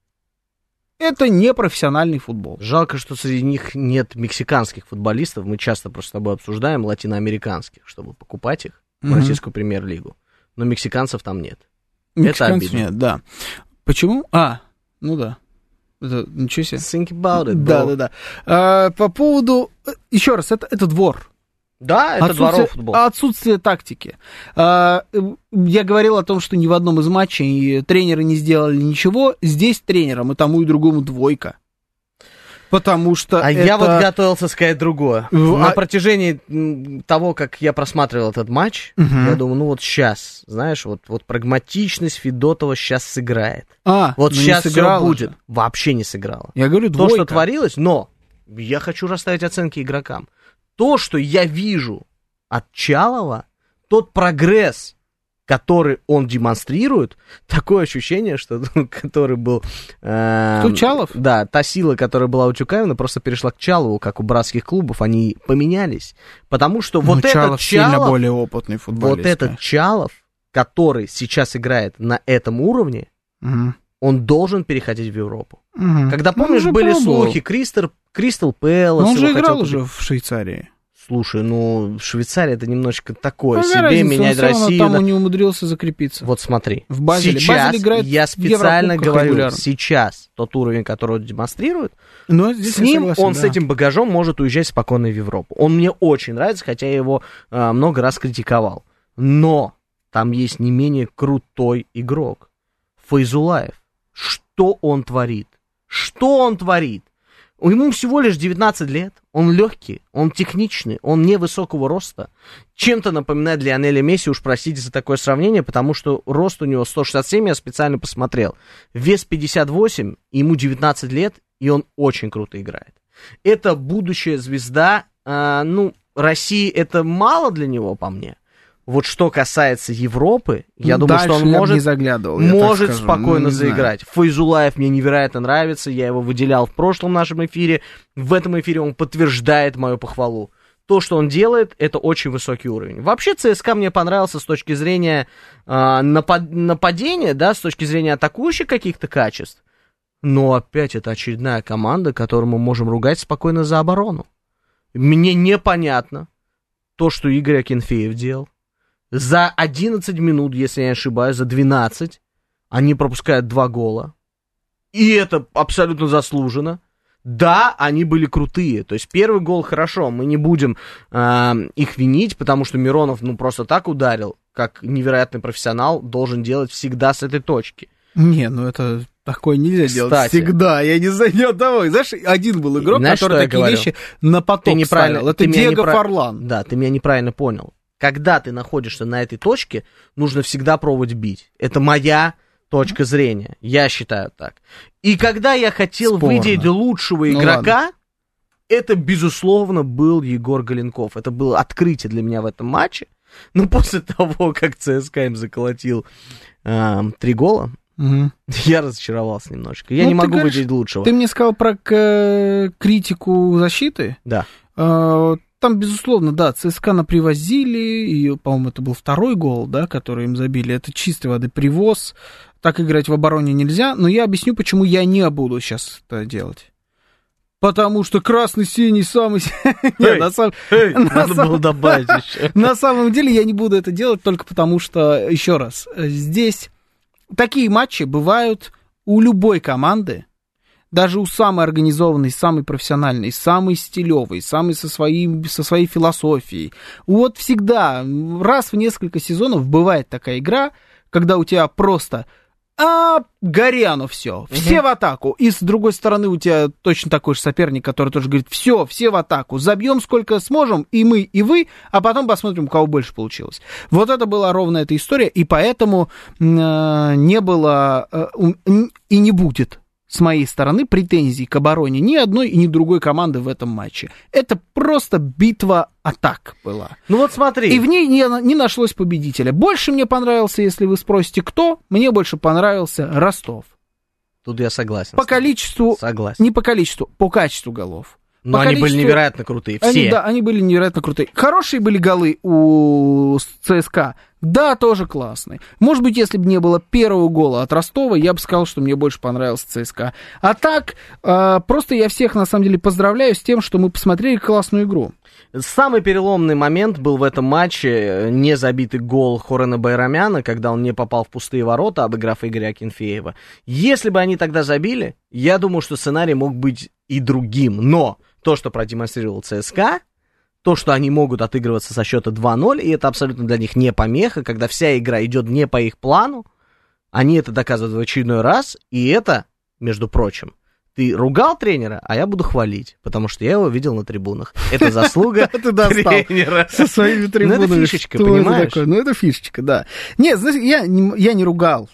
Это не профессиональный футбол. Жалко, что среди них нет мексиканских футболистов. Мы часто просто с тобой обсуждаем латиноамериканских, чтобы покупать их в mm-hmm. российскую премьер-лигу. Но мексиканцев там нет. Мексиканцев нет, да. Почему? А, ну да. Это, ничего себе. Think about it, bro. Да, да, да. А, по поводу... Еще раз, это, это двор. Да, это дворовый футбол. Отсутствие тактики. Я говорил о том, что ни в одном из матчей тренеры не сделали ничего. Здесь тренерам и тому, и другому двойка. Потому что А это... я вот готовился сказать другое. А... На протяжении того, как я просматривал этот матч, угу. я думаю, ну вот сейчас, знаешь, вот, вот прагматичность Федотова сейчас сыграет. А, вот ну сейчас все будет. Же. Вообще не сыграла. Я говорю, двойка. То, что творилось, но я хочу расставить оценки игрокам. То, что я вижу от Чалова, тот прогресс, который он демонстрирует, такое ощущение, что который был... Э, Кто, Чалов? Да, та сила, которая была у Тюкаевна, просто перешла к Чалову, как у братских клубов, они поменялись. Потому что вот этот Чалов... Чалов... сильно более опытный футболист. Вот этот Чалов, который сейчас играет на этом уровне, угу. он должен переходить в Европу. Угу. Когда, помнишь, были пробовал. слухи, Кристал, Кристал Пэлас... Он же играл хотел... уже в Швейцарии. Слушай, ну, Швейцария это немножко такое ну, себе, разница, менять он Россию. Там да... он не умудрился закрепиться. Вот смотри, в Базеле. сейчас Базель играет я специально говорю, регулярно. сейчас тот уровень, который он демонстрирует, Но здесь с ним согласен, он да. с этим багажом может уезжать спокойно в Европу. Он мне очень нравится, хотя я его а, много раз критиковал. Но там есть не менее крутой игрок. Файзулаев. Что он творит? Что он творит? Ему всего лишь девятнадцать лет, он легкий, он техничный, он невысокого роста. Чем-то напоминает Лионеля Месси, уж простите за такое сравнение, потому что рост у него сто шестьдесят семь, я специально посмотрел. Вес пятьдесят восемь, ему девятнадцать лет, и он очень круто играет. Это будущая звезда, э, ну, России это мало для него, по мне. Вот что касается Европы, я ну, думаю, что он может, не заглядывал, может спокойно ну, заиграть. Файзулаев мне невероятно нравится, я его выделял в прошлом нашем эфире. В этом эфире он подтверждает мою похвалу. То, что он делает, это очень высокий уровень. Вообще ЦСКА мне понравился с точки зрения э, напад- нападения, да, с точки зрения атакующих каких-то качеств. Но опять это очередная команда, которую мы можем ругать спокойно за оборону. Мне непонятно то, что Игорь Акинфеев делал. За одиннадцать минут, если я не ошибаюсь, за двенадцать, они пропускают два гола. И это абсолютно заслуженно. Да, они были крутые. То есть первый гол хорошо, мы не будем э, их винить, потому что Миронов ну просто так ударил, как невероятный профессионал должен делать всегда с этой точки. Не, ну это... Такое нельзя Кстати, делать всегда. Я не знаю ни одного. Знаешь, один был игрок, знаешь, который такие говорю? вещи на поток ставил. Это Диего неправ... Форлан. Да, ты меня неправильно понял. Когда ты находишься на этой точке, нужно всегда пробовать бить. Это моя точка зрения. Я считаю так. И когда я хотел Спорно. выделить лучшего ну, игрока, ладно. это, безусловно, был Егор Голенков. Это было открытие для меня в этом матче. Но после того, как ЦСКА им заколотил э, три гола, угу. я разочаровался немножечко. Я ну, не могу говоришь, выделить лучшего. Ты мне сказал про к- критику защиты. Да. Э, Там, безусловно, да, ЦСКА напривозили, и, по-моему, это был второй гол, да, который им забили. Это чистой воды привоз. Так играть в обороне нельзя, но я объясню, почему я не буду сейчас это делать. Потому что красный-синий самый... Нет, на самом... Надо было добавить еще. На самом деле я не буду это делать только потому, что, еще раз, здесь такие матчи бывают у любой команды, даже у самой организованной, самой профессиональной, самой стилевой, самой со, своим, со своей философией. Вот всегда, раз в несколько сезонов бывает такая игра, когда у тебя просто а горяно все, все в атаку. И с другой стороны у тебя точно такой же соперник, который тоже говорит, все, все в атаку, забьем сколько сможем, и мы, и вы, а потом посмотрим, у кого больше получилось. Вот это была ровно эта история, и поэтому э, не было э, и не будет с моей стороны претензий к обороне ни одной и ни другой команды в этом матче. Это просто битва атак была. Ну вот смотри. И в ней не, не нашлось победителя. Больше мне понравился, если вы спросите, кто, мне больше понравился Ростов. Тут я согласен. По количеству, согласен. Не по количеству, по качеству голов. Но по они количеству... были невероятно крутые, все. Они, да, они были невероятно крутые. Хорошие были голы у ЦСКА. Да, тоже классные. Может быть, если бы не было первого гола от Ростова, я бы сказал, что мне больше понравился ЦСКА. А так, э, просто я всех, на самом деле, поздравляю с тем, что мы посмотрели классную игру. Самый переломный момент был в этом матче не забитый гол Хорена Байрамяна, когда он не попал в пустые ворота, обыграв Игоря Акинфеева. Если бы они тогда забили, я думаю, что сценарий мог быть и другим. Но то, что продемонстрировал ЦСКА, то, что они могут отыгрываться со счета два ноль, и это абсолютно для них не помеха, когда вся игра идет не по их плану, они это доказывают в очередной раз, и это, между прочим, ты ругал тренера, а я буду хвалить, потому что я его видел на трибунах. Это заслуга тренера. Со своими трибунами. Ну, это фишечка, понимаешь? Ну, это фишечка, да. Нет, знаешь, я не ругал.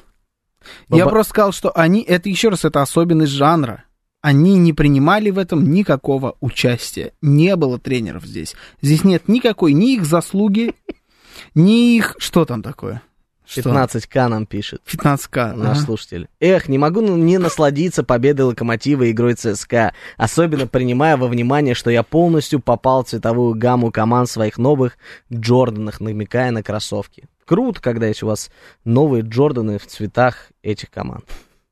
Я просто сказал, что они, это еще раз, это особенность жанра. Они не принимали в этом никакого участия. Не было тренеров здесь. Здесь нет никакой ни их заслуги, ни их... Что там такое? пятнадцать ка нам пишет. пятнадцать ка. Наш ага. слушатель. Эх, не могу не насладиться победой Локомотива и игрой ЦСКА. Особенно принимая во внимание, что я полностью попал в цветовую гамму команд своих новых Джорданах, намекая на кроссовки. Круто, когда есть у вас новые Джорданы в цветах этих команд.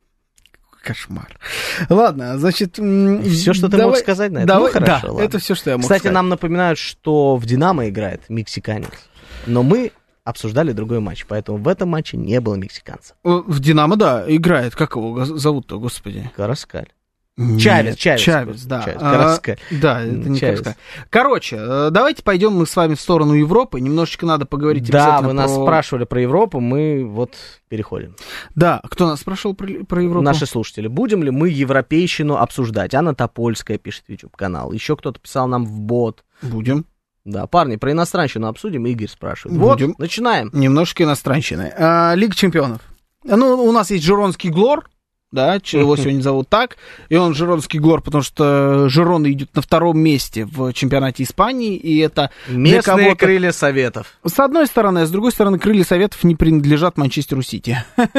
Кошмар. Ладно, значит... Все, что ты давай, мог сказать на это? Давай, Ну, хорошо, да, ладно. это все, что я мог Кстати, сказать. нам напоминают, что в «Динамо» играет мексиканец. Но мы обсуждали другой матч, поэтому в этом матче не было мексиканца. В «Динамо», да, играет. Как его зовут-то, господи? Караскаль. Нет, Чавес, Чавес. Чавес, да. Чавес, а, Караскаль. да, это не Чавес. Караскаль. Короче, давайте пойдем мы с вами в сторону Европы. Немножечко надо поговорить Да, обязательно вы нас про... спрашивали про Европу, мы вот переходим. Да, кто нас спрашивал про, про Европу? Наши слушатели. Будем ли мы европейщину обсуждать? Анна Топольская пишет в YouTube-канал. Еще кто-то писал нам в бот. Будем. Да, парни, про иностранщину обсудим, Игорь спрашивает. Будем. Вот, начинаем. Немножечко иностранщины. А, Лига чемпионов. Ну, у нас есть Жиронский Глор, да, его сегодня зовут так, и он Жиронский Глор, потому что Жирона идет на втором месте в чемпионате Испании, и это Местные для кого-то... крылья Советов. С одной стороны, а с другой стороны, крылья Советов не принадлежат Манчестеру Сити.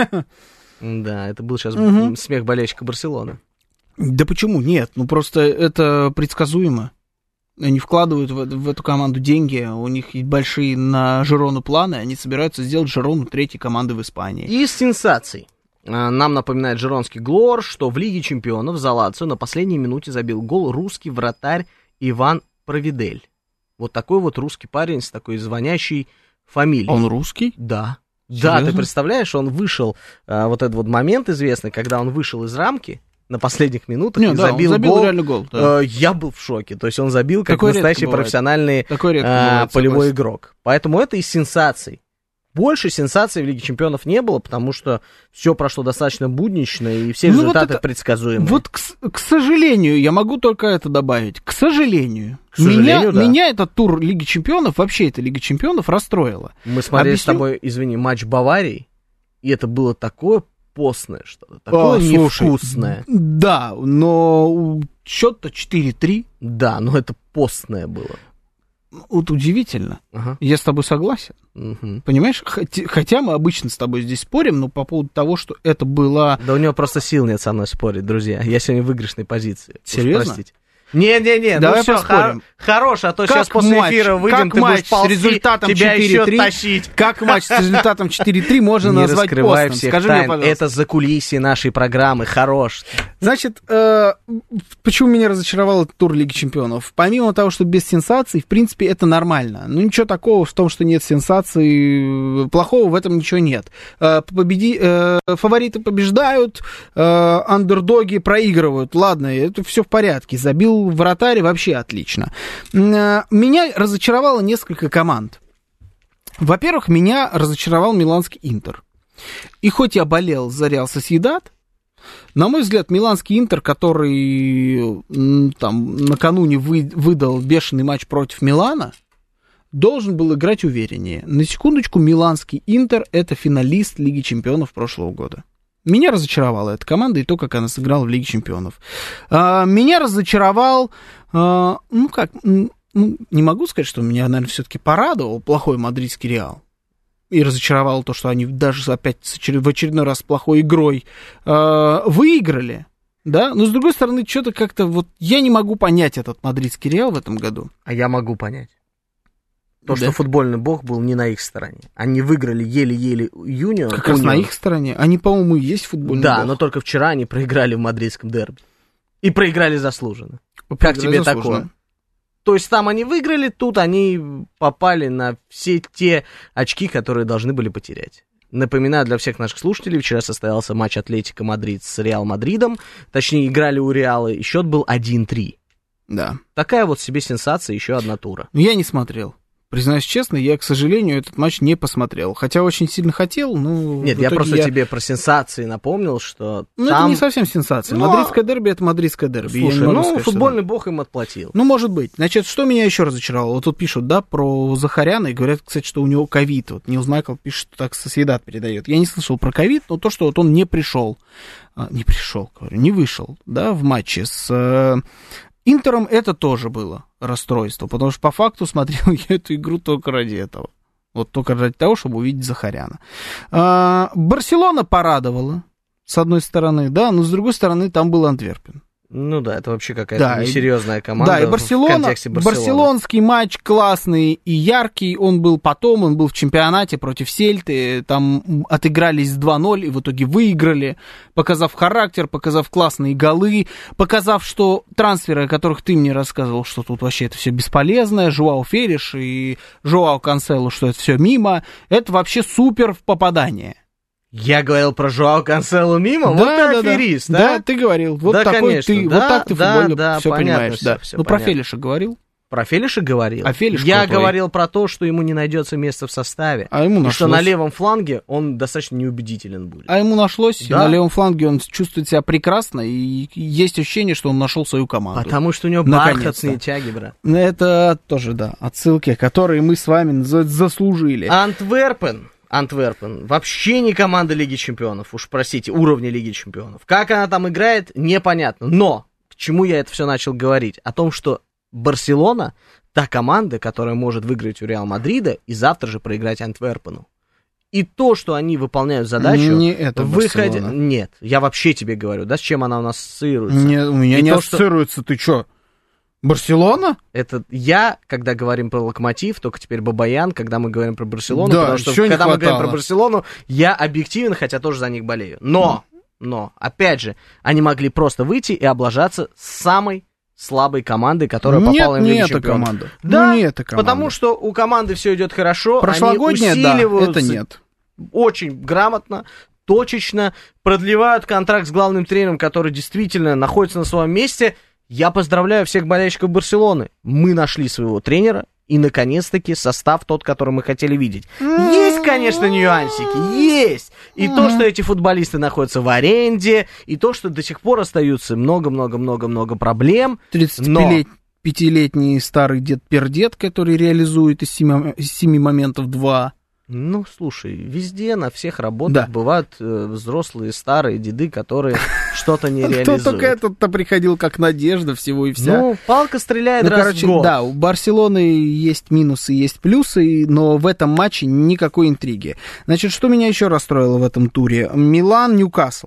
Да, это был сейчас Угу. смех болельщика Барселоны. Да почему? Нет, ну просто это предсказуемо. Они вкладывают в, в эту команду деньги, у них есть большие на Жирону планы, они собираются сделать Жирону третьей командой в Испании. Из сенсаций. А, Нам напоминает Жиронский Глор, что в Лиге чемпионов за Лацио на последней минуте забил гол русский вратарь Иван Провидель. Вот такой вот русский парень с такой звонящей фамилией. Он русский? Да. Серьезно? Да, ты представляешь, он вышел, а, вот этот вот момент известный, когда он вышел из рамки на последних минутах Не, и да, забил, он забил гол. реально гол. Да. Э, Я был в шоке. То есть он забил как Такое редко настоящий бывает. профессиональный Такое редко а, бывает, полевой согласен. игрок. Поэтому это из сенсаций. Больше сенсаций в Лиге чемпионов не было, потому что все прошло достаточно буднично, и все Ну, вот результаты это- предсказуемые. Вот, к, с- к сожалению, я могу только это добавить. К сожалению. К сожалению, меня, да. меня этот тур Лиги чемпионов, вообще эта Лига чемпионов расстроила. Мы смотрели с Объясню? тобой, извини, матч Баварии, и это было такое постное что-то, такое А, слушай, невкусное. Да, но счет-то четыре три. Да, но это постное было. Вот удивительно. Ага. Я с тобой согласен. Мгм. Понимаешь, хотя, хотя мы обычно с тобой здесь спорим, но по поводу того, что это было... Да у него просто сил нет со мной спорить, друзья. Я сегодня в выигрышной позиции. Уж Серьезно? простите. Не-не-не, Давай ну все, поспорим. хорош, а то Как сейчас после матч- эфира выйдем, как ты матч будешь ползти, с результатом тебя еще четыре три? тащить. Как матч с результатом четыре три можно Не назвать раскрывай постом? всех Скажи тайн. мне, пожалуйста. Это закулисье нашей программы, хорош. Значит, э, почему меня разочаровал этот тур Лиги Чемпионов? Помимо того, что без сенсаций, в принципе, это нормально. Ну, ничего такого в том, что нет сенсаций, плохого в этом ничего нет. Э, победи, э, фавориты побеждают, э, андердоги проигрывают. Ладно, это все в порядке. Забил вратарь, вообще отлично. Э, меня разочаровало несколько команд. Во-первых, меня разочаровал миланский Интер. И хоть я болел за Реал Сосьедад, на мой взгляд, миланский Интер, который там накануне вы, выдал бешеный матч против Милана, должен был играть увереннее. На секундочку, миланский Интер — это финалист Лиги Чемпионов прошлого года. Меня разочаровала эта команда и то, как она сыграла в Лиге Чемпионов. А, меня разочаровал, а, ну как, ну, не могу сказать, что меня, наверное, все-таки порадовал плохой мадридский Реал. И разочаровало то, что они даже опять в очередной раз с плохой игрой э, выиграли, да, но с другой стороны, что-то как-то вот я не могу понять этот мадридский Реал в этом году. А я могу понять. То, да? Что футбольный бог был не на их стороне. Они выиграли еле-еле Юниор. Как раз на их стороне. Они, по-моему, и есть футбольный да, бог. Да, но только вчера они проиграли в мадридском дерби. И проиграли заслуженно. Вы как тебе заслуженно. Такое? То есть там они выиграли, тут они попали на все те очки, которые должны были потерять. Напоминаю для всех наших слушателей, вчера состоялся матч Атлетико Мадрид с Реал Мадридом. Точнее, играли у Реала, и счет был один-три. Да. Такая вот себе сенсация, еще одна тура. Я не смотрел. Признаюсь честно, я, к сожалению, этот матч не посмотрел. Хотя очень сильно хотел, но... Нет, я просто я... тебе про сенсации напомнил, что Ну, там... это не совсем сенсация. Но... Мадридское дерби — это мадридское дерби. Слушай, ну, сказать, футбольный что... бог им отплатил. Ну, может быть. Значит, что меня еще разочаровало? Вот тут пишут, да, про Захаряна, и говорят, кстати, что у него ковид. Вот Ньюс Майкл пишет, что так Сосьедад передает. Я не слышал про ковид, но то, что вот он не пришел, а, не пришел, говорю, не вышел, да, в матче с... Э, Интером, это тоже было расстройство, потому что по факту смотрел я эту игру только ради этого. Вот только ради того, чтобы увидеть Захаряна. А, Барселона порадовала, с одной стороны, да, но с другой стороны там был Антверпен. Ну да, это вообще какая-то да, несерьезная команда. Да, и Барселона, в контексте Барселоны. Барселонский матч классный и яркий, он был потом, он был в чемпионате против Сельты, там отыгрались два ноль и в итоге выиграли, показав характер, показав классные голы, показав, что трансферы, о которых ты мне рассказывал, что тут вообще это все бесполезное, Жуау Фериш и Жуау Кансело, что это все мимо, это вообще супер попадание. Я говорил про Жуау Кансело мимо? Да, вот ты да, аферист, да. да? Да, ты говорил. Вот да, такой конечно. ты, да, вот так ты да, футбольно да, все понятно, понимаешь. все, Да. все ну, понятно. про Фелиша говорил? Про Фелиша говорил. А Фелиш Я крутой. говорил про то, что ему не найдется места в составе. А ему и нашлось. что на левом фланге он достаточно неубедителен будет. А ему нашлось. Да. И на левом фланге он чувствует себя прекрасно. И есть ощущение, что он нашел свою команду. Потому что у него бархатные тяги, брат. Это тоже, да, отсылки, которые мы с вами заслужили. Антверпен. Антверпен. Вообще не команда Лиги Чемпионов, уж простите, уровня Лиги Чемпионов. Как она там играет, непонятно. Но к чему я это все начал говорить? О том, что Барселона та команда, которая может выиграть у Реал Мадрида и завтра же проиграть Антверпену. И то, что они выполняют задачу... Не это выходе... Нет, я вообще тебе говорю, да, с чем она у нас ассоциируется. Не, у меня и не то, ассоциируется, что... ты что? Барселона? Это я, когда говорим про Локомотив, только теперь Бабаян, когда мы говорим про Барселону, да, потому что когда мы говорим про Барселону, я объективен, хотя тоже за них болею. Но, но, опять же, они могли просто выйти и облажаться с самой слабой командой, которая нет, попала им в Лигу не Чемпионов. Команда. Да, ну, не эта команда. Потому что у команды все идет хорошо, прошлогодняя, они усиливаются да, это нет. Очень грамотно, точечно, продлевают контракт с главным тренером, который действительно находится на своем месте. Я поздравляю всех болельщиков Барселоны. Мы нашли своего тренера, и, наконец-таки, состав тот, который мы хотели видеть. Есть, конечно, нюансики, есть. И то, что эти футболисты находятся в аренде, и то, что до сих пор остаются много-много-много-много проблем. тридцатипятилетний старый дед-пердед, который реализует из семи, из семи моментов два. Ну, слушай, везде, на всех работах да. бывают э, взрослые, старые деды, которые что-то не реализуют. Кто только этот-то приходил как надежда всего и вся. Ну, палка стреляет ну, раз короче, в год. Да, у Барселоны есть минусы, есть плюсы, но в этом матче никакой интриги. Значит, что меня еще расстроило в этом туре? Милан-Ньюкасл.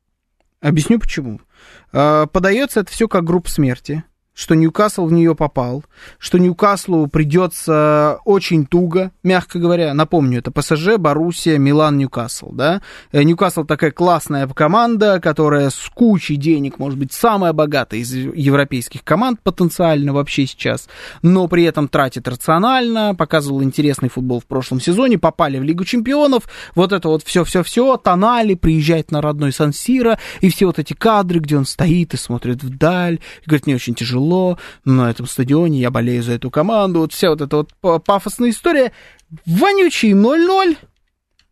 Объясню почему. Подается это все как группа смерти, что Ньюкасл в нее попал, что Ньюкаслу придется очень туго, мягко говоря. Напомню, это ПСЖ, Боруссия, Милан, Ньюкасл, да? Ньюкасл такая классная команда, которая с кучей денег, может быть, самая богатая из европейских команд потенциально вообще сейчас, но при этом тратит рационально, показывал интересный футбол в прошлом сезоне, попали в Лигу Чемпионов, вот это вот все-все-все, Тонали приезжает на родной Сан-Сиро, и все вот эти кадры, где он стоит и смотрит вдаль, и говорит, мне очень тяжело, на этом стадионе, я болею за эту команду, вот вся вот эта вот пафосная история. Вонючий ноль ноль,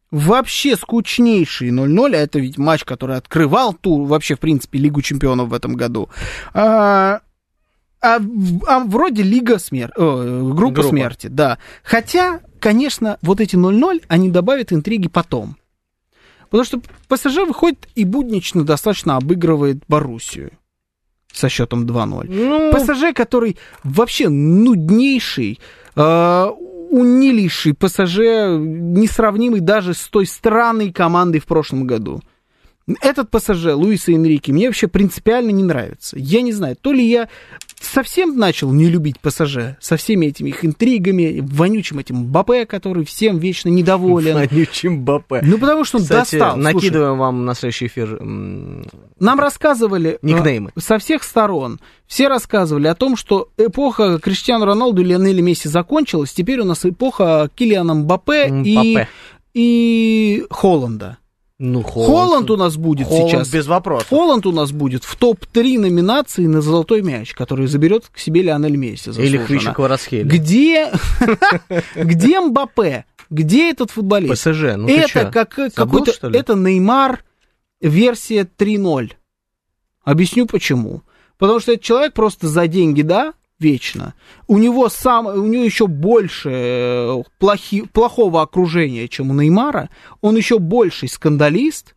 Вообще скучнейший ноль ноль, а это ведь матч, который открывал тур, вообще, в принципе, Лигу чемпионов в этом году. А, а, а вроде Лига смерти, группа, группа смерти, да. Хотя, конечно, вот эти ноль ноль, они добавят интриги потом. Потому что ПСЖ выходит и буднично достаточно обыгрывает Боруссию со счетом два ноль. Ну... ПСЖ, который вообще нуднейший, э, унилейший ПСЖ, несравнимый даже с той странной командой в прошлом году. Этот ПСЖ, Луиса Энрике, мне вообще принципиально не нравится. Я не знаю, то ли я совсем начал не любить ПСЖ со всеми этими их интригами, вонючим этим Мбаппе, который всем вечно недоволен. Вонючим Мбаппе. Ну, потому что он Кстати, достал. накидываем Слушай, вам на следующий эфир нам рассказывали никнеймы. Со всех сторон. Все рассказывали о том, что эпоха Криштиану Роналду и Лионеля Месси закончилась. Теперь у нас эпоха Килиана Мбаппе, Мбаппе. И, и Холланда. Ну, Холланд, Холланд у нас будет Холланд сейчас. Без вопросов. Холланд у нас будет в топ три номинации на золотой мяч, который заберет к себе Лионель Месси. Или Хвича Кварацхелия. Где, где Мбаппе? Где этот футболист? ПСЖ, ну это как, какой-то, это Неймар версия три ноль. Объясню почему. Потому что этот человек просто за деньги, да, вечно. У него, сам, у него еще больше плохи, плохого окружения, чем у Неймара. Он еще больший скандалист.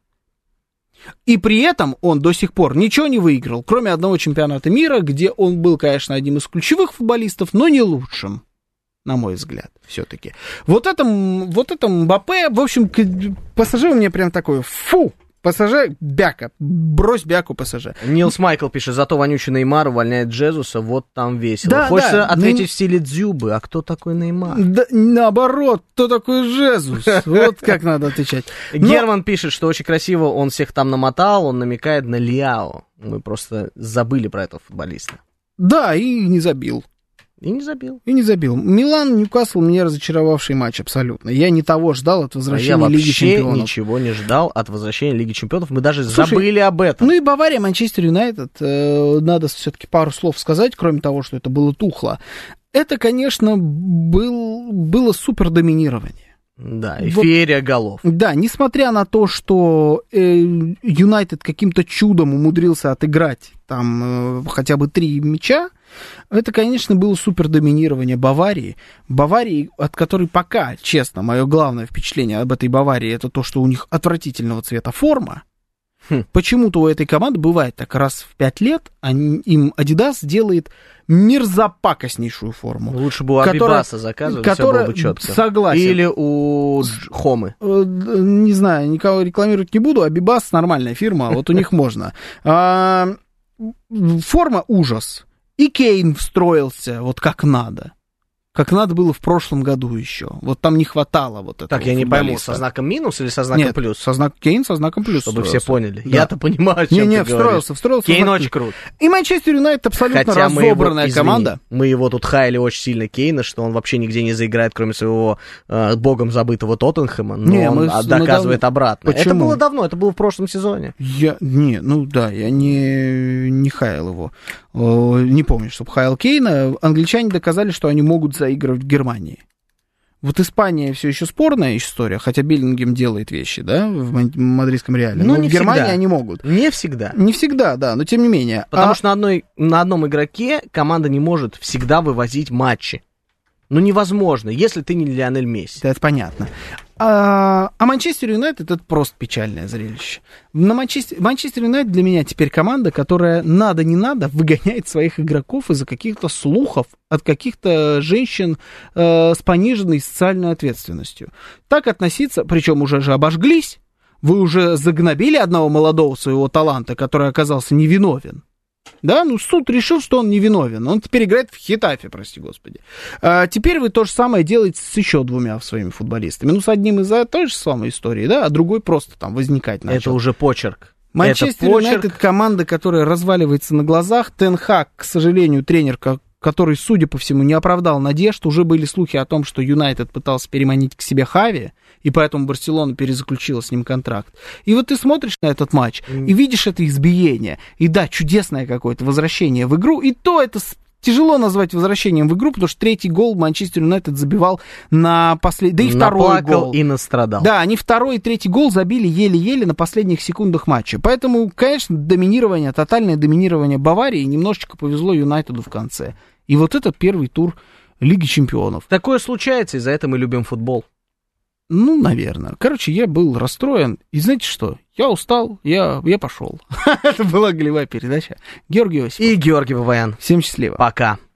И при этом он до сих пор ничего не выиграл, кроме одного чемпионата мира, где он был, конечно, одним из ключевых футболистов, но не лучшим, на мой взгляд, все-таки. Вот это, вот это Мбаппе, в общем, ПСЖ у меня прям такой, фу! ПСЖ, бяка, брось бяку ПСЖ. Нилс Майкл пишет, зато вонючий Неймар увольняет Джезуса, вот там весело. Да, Хочется да, ответить Ней... в стиле Дзюбы, а кто такой Неймар? Да, наоборот, кто такой Джезус? Вот как надо отвечать. Герман пишет, что очень красиво он всех там намотал, он намекает на Лиао. Мы просто забыли про этого футболиста. Да, и не забил. И не забил. И не забил. Милан, Ньюкасл, мне разочаровавший матч абсолютно. Я не того ждал от возвращения а я Лиги Чемпионов. Я ничего не ждал от возвращения Лиги Чемпионов. Мы даже Слушай, забыли об этом. Ну и Бавария, Манчестер Юнайтед. Э, надо все-таки пару слов сказать, кроме того, что это было тухло. Это, конечно, был, было супердоминирование. Да, и вот, феерия голов. Да, несмотря на то, что Юнайтед э, каким-то чудом умудрился отыграть там э, хотя бы три мяча, это, конечно, было супердоминирование Баварии. Баварии, от которой пока, честно, мое главное впечатление об этой Баварии, это то, что у них отвратительного цвета форма. Хм. Почему-то у этой команды бывает так, раз в пять лет они, им Adidas делает мерзопакостнейшую форму. Лучше бы у Абибаса заказывали, которая, все было бы четко. Согласен. Или у Хомы. Не знаю, никого рекламировать не буду. Абибас нормальная фирма, вот у них можно. Форма ужас. И Кейн встроился вот как надо. Как надо было в прошлом году еще. Вот там не хватало вот этого. Так, я не пойму, со знаком минус или со знаком Нет, плюс? Со знак... Кейн со знаком плюс. Чтобы встроился. все поняли. Да. Я-то понимаю, о чем не, ты не, встроился, говоришь. встроился. Кейн знак... очень крут. И Манчестер Юнайтед абсолютно Хотя разобранная мы его, команда. Извини, мы его тут хаяли очень сильно, Кейна, что он вообще нигде не заиграет, кроме своего э, богом забытого Тоттенхэма. Но не, он мы, доказывает мы обратно. Почему? Это было давно, это было в прошлом сезоне. Я... Не, ну да, я не, не хаял его. Не помню, чтобы хаял Кейна. Англичане доказали, что они могут заигрывать в Германии. Вот Испания все еще спорная история, хотя Беллингем делает вещи, да, в мадридском Реале. Но, но не в Германии всегда. они могут. Не всегда. Не всегда, да, но тем не менее. Потому а... что на, одной, на одном игроке команда не может всегда вывозить матчи. Ну, невозможно, если ты не Лионель Месси. Да, это понятно. А, а Манчестер Юнайтед — это просто печальное зрелище. На Манчестер... Манчестер Юнайтед для меня теперь команда, которая надо не надо выгоняет своих игроков из-за каких-то слухов от каких-то женщин э, с пониженной социальной ответственностью. Так относиться, причем уже же обожглись, вы уже загнобили одного молодого своего таланта, который оказался невиновен. Да, ну суд решил, что он невиновен. Он теперь играет в Хетафе, прости господи. А теперь вы то же самое делаете с еще двумя своими футболистами. Ну, с одним из-за той же самой истории, да, а другой просто там возникать начал. Это уже почерк. Манчестер Юнайтед команда, которая разваливается на глазах. Тен Хаг, к сожалению, тренер, который, судя по всему, не оправдал надежд. Уже были слухи о том, что Юнайтед пытался переманить к себе Хави, и поэтому Барселона перезаключила с ним контракт. И вот ты смотришь на этот матч, mm. и видишь это избиение. И да, чудесное какое-то возвращение в игру, и то это тяжело назвать возвращением в игру, потому что третий гол Манчестер Юнайтед забивал на последний... Да и второй Наплакал гол. и настрадал. Да, они второй и третий гол забили еле-еле на последних секундах матча. Поэтому, конечно, доминирование, тотальное доминирование Баварии немножечко повезло Юнайтеду в конце. И вот этот первый тур Лиги Чемпионов. Такое случается, и за это мы любим футбол. Ну, наверное. Короче, я был расстроен. И знаете что? Я устал, я, я пошел. Это была голевая передача. Георгий Осипов. И Георгий Бабаян. Всем счастливо. Пока.